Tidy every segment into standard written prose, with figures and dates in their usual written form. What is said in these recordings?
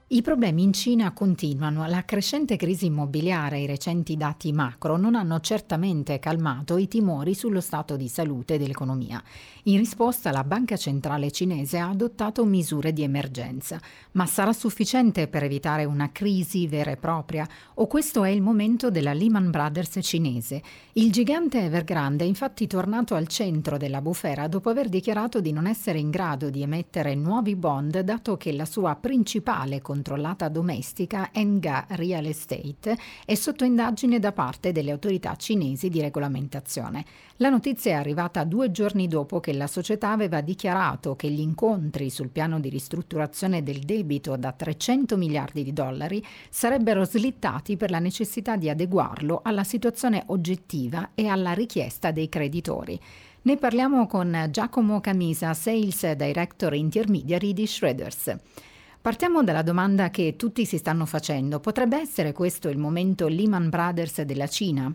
I problemi in Cina continuano. La crescente crisi immobiliare e i recenti dati macro non hanno certamente calmato i timori sullo stato di salute dell'economia. In risposta, la Banca Centrale Cinese ha adottato misure di emergenza. Ma sarà sufficiente per evitare una crisi vera e propria? O questo è il momento della Lehman Brothers cinese? Il gigante Evergrande è infatti tornato al centro della bufera dopo aver dichiarato di non essere in grado di emettere nuovi bond, dato che la sua principale controllata domestica, Enga Real Estate, è sotto indagine da parte delle autorità cinesi di regolamentazione. La notizia è arrivata 2 giorni dopo che la società aveva dichiarato che gli incontri sul piano di ristrutturazione del debito da 300 miliardi di dollari sarebbero slittati per la necessità di adeguarlo alla situazione oggettiva e alla richiesta dei creditori. Ne parliamo con Giacomo Camisa, Sales Director Intermediary di Shredders. Partiamo dalla domanda che tutti si stanno facendo. Potrebbe essere questo il momento Lehman Brothers della Cina?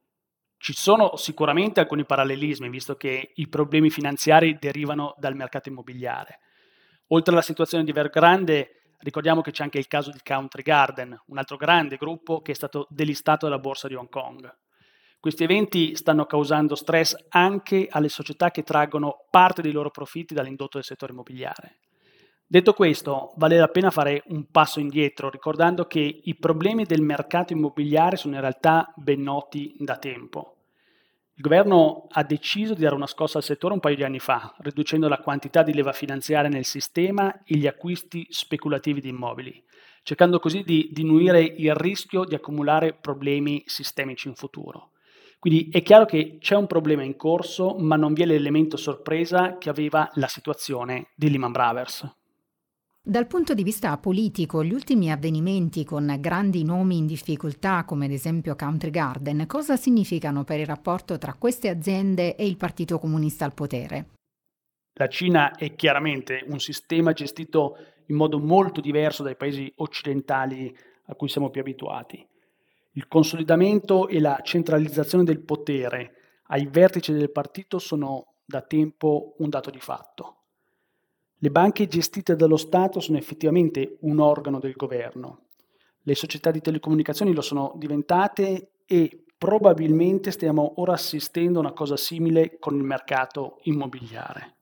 Ci sono sicuramente alcuni parallelismi, visto che i problemi finanziari derivano dal mercato immobiliare. Oltre alla situazione di Evergrande, ricordiamo che c'è anche il caso di Country Garden, un altro grande gruppo che è stato delistato dalla borsa di Hong Kong. Questi eventi stanno causando stress anche alle società che traggono parte dei loro profitti dall'indotto del settore immobiliare. Detto questo, vale la pena fare un passo indietro, ricordando che i problemi del mercato immobiliare sono in realtà ben noti da tempo. Il governo ha deciso di dare una scossa al settore un paio di anni fa, riducendo la quantità di leva finanziaria nel sistema e gli acquisti speculativi di immobili, cercando così di diminuire il rischio di accumulare problemi sistemici in futuro. Quindi è chiaro che c'è un problema in corso, ma non vi è l'elemento sorpresa che aveva la situazione di Lehman Brothers. Dal punto di vista politico, gli ultimi avvenimenti con grandi nomi in difficoltà, come ad esempio Country Garden, cosa significano per il rapporto tra queste aziende e il Partito Comunista al potere? La Cina è chiaramente un sistema gestito in modo molto diverso dai paesi occidentali a cui siamo più abituati. Il consolidamento e la centralizzazione del potere ai vertici del partito sono da tempo un dato di fatto. Le banche gestite dallo Stato sono effettivamente un organo del governo. Le società di telecomunicazioni lo sono diventate e probabilmente stiamo ora assistendo a una cosa simile con il mercato immobiliare.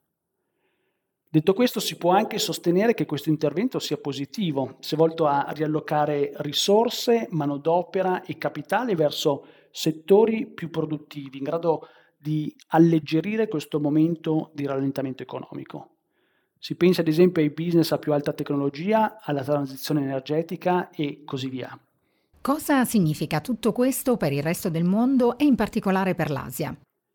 Detto questo, si può anche sostenere che questo intervento sia positivo, se volto a riallocare risorse, manodopera e capitale verso settori più produttivi, in grado di alleggerire questo momento di rallentamento economico. Si pensa ad esempio ai business a più alta tecnologia, alla transizione energetica e così via. Cosa significa tutto questo per il resto del mondo e in particolare per l'Asia?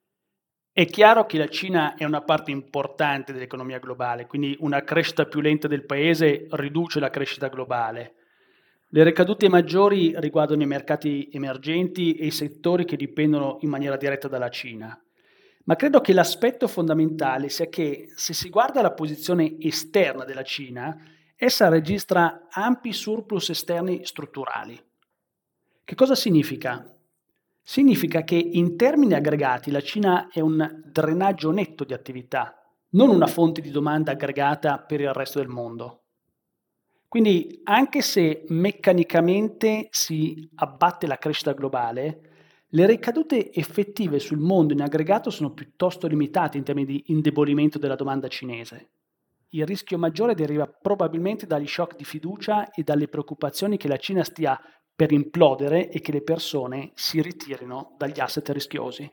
È chiaro che la Cina è una parte importante dell'economia globale, quindi una crescita più lenta del paese riduce la crescita globale. Le ricadute maggiori riguardano i mercati emergenti e i settori che dipendono in maniera diretta dalla Cina. Ma credo che l'aspetto fondamentale sia che se si guarda la posizione esterna della Cina, essa registra ampi surplus esterni strutturali. Che cosa significa? Significa che in termini aggregati la Cina è un drenaggio netto di attività, non una fonte di domanda aggregata per il resto del mondo. Quindi anche se meccanicamente si abbatte la crescita globale, le ricadute effettive sul mondo in aggregato sono piuttosto limitate in termini di indebolimento della domanda cinese. Il rischio maggiore deriva probabilmente dagli shock di fiducia e dalle preoccupazioni che la Cina stia per implodere e che le persone si ritirino dagli asset rischiosi.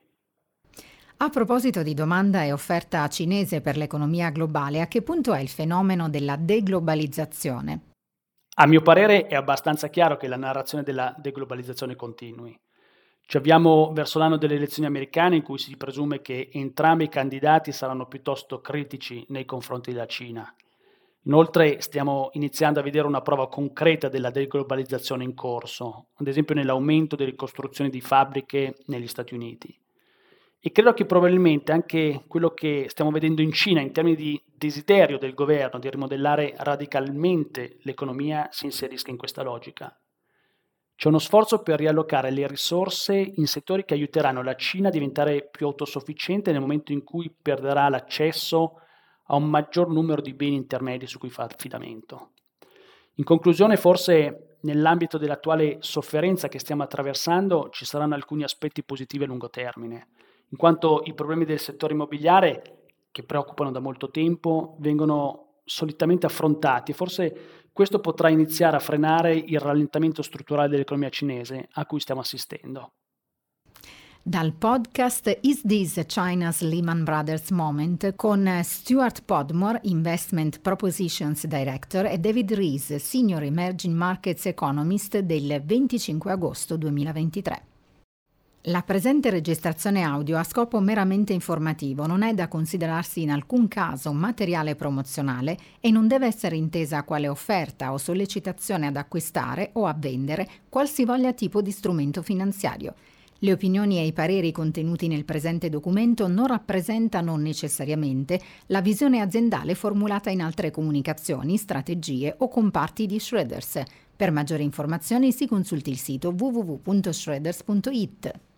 A proposito di domanda e offerta cinese per l'economia globale, a che punto è il fenomeno della deglobalizzazione? A mio parere è abbastanza chiaro che la narrazione della deglobalizzazione continui. Ci avviamo verso l'anno delle elezioni americane in cui si presume che entrambi i candidati saranno piuttosto critici nei confronti della Cina. Inoltre stiamo iniziando a vedere una prova concreta della deglobalizzazione in corso, ad esempio nell'aumento delle costruzioni di fabbriche negli Stati Uniti. E credo che probabilmente anche quello che stiamo vedendo in Cina in termini di desiderio del governo di rimodellare radicalmente l'economia si inserisca in questa logica. C'è uno sforzo per riallocare le risorse in settori che aiuteranno la Cina a diventare più autosufficiente nel momento in cui perderà l'accesso a un maggior numero di beni intermedi su cui fa affidamento. In conclusione, forse nell'ambito dell'attuale sofferenza che stiamo attraversando ci saranno alcuni aspetti positivi a lungo termine, in quanto i problemi del settore immobiliare, che preoccupano da molto tempo, vengono solitamente affrontati e forse questo potrà iniziare a frenare il rallentamento strutturale dell'economia cinese a cui stiamo assistendo. Dal podcast Is This China's Lehman Brothers Moment con Stuart Podmore, Investment Propositions Director, e David Rees, Senior Emerging Markets Economist, del 25 agosto 2023. La presente registrazione audio ha scopo meramente informativo, non è da considerarsi in alcun caso materiale promozionale e non deve essere intesa quale offerta o sollecitazione ad acquistare o a vendere qualsivoglia tipo di strumento finanziario. Le opinioni e i pareri contenuti nel presente documento non rappresentano necessariamente la visione aziendale formulata in altre comunicazioni, strategie o comparti di Schroders. Per maggiori informazioni si consulti il sito www.schroders.it.